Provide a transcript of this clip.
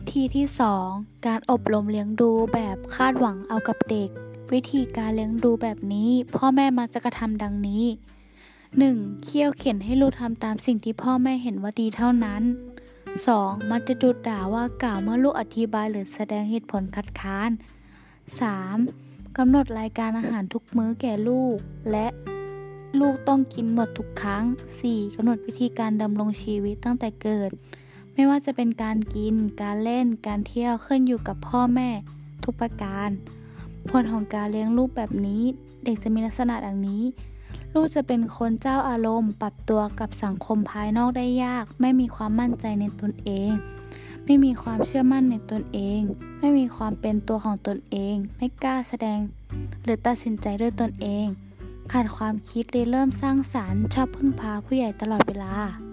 ธีที่ 2 การอบรมเลี้ยงดูแบบคาดหวังเอากับเด็กวิธีการเลี้ยงดูแบบนี้พ่อแม่มักจะกระทำดังนี้ 1. เคี่ยวเข็นให้ลูกทำตามสิ่งที่พ่อแม่เห็นว่าดีเท่านั้น 2. มักจะดุด่าว่ากล่าวเมื่อลูกอธิบายหรือแสดงเหตุผลคัดค้าน 3. กำหนดรายการอาหารทุกมื้อแก่ลูกและลูกต้องกินหมดทุกครั้ง 4. กำหนดวิธีการดำรงชีวิตตั้งแต่เกิดไม่ว่าจะเป็นการกิน การเล่น การเที่ยวขึ้นอยู่กับพ่อแม่ทุกประการ ผลของการเลี้ยงลูกแบบนี้เด็กจะมีลักษณะดังนี้ ลูกจะเป็นคนเจ้าอารมณ์ปรับตัวกับสังคมภายนอกได้ยากไม่มีความมั่นใจในตนเองไม่มีความเชื่อมั่นในตนเองไม่มีความเป็นตัวของตนเองไม่กล้าแสดงหรือตัดสินใจด้วยตนเองขาดความคิดริเริ่มสร้างสรรค์ชอบพึ่งพาผู้ใหญ่ตลอดเวลา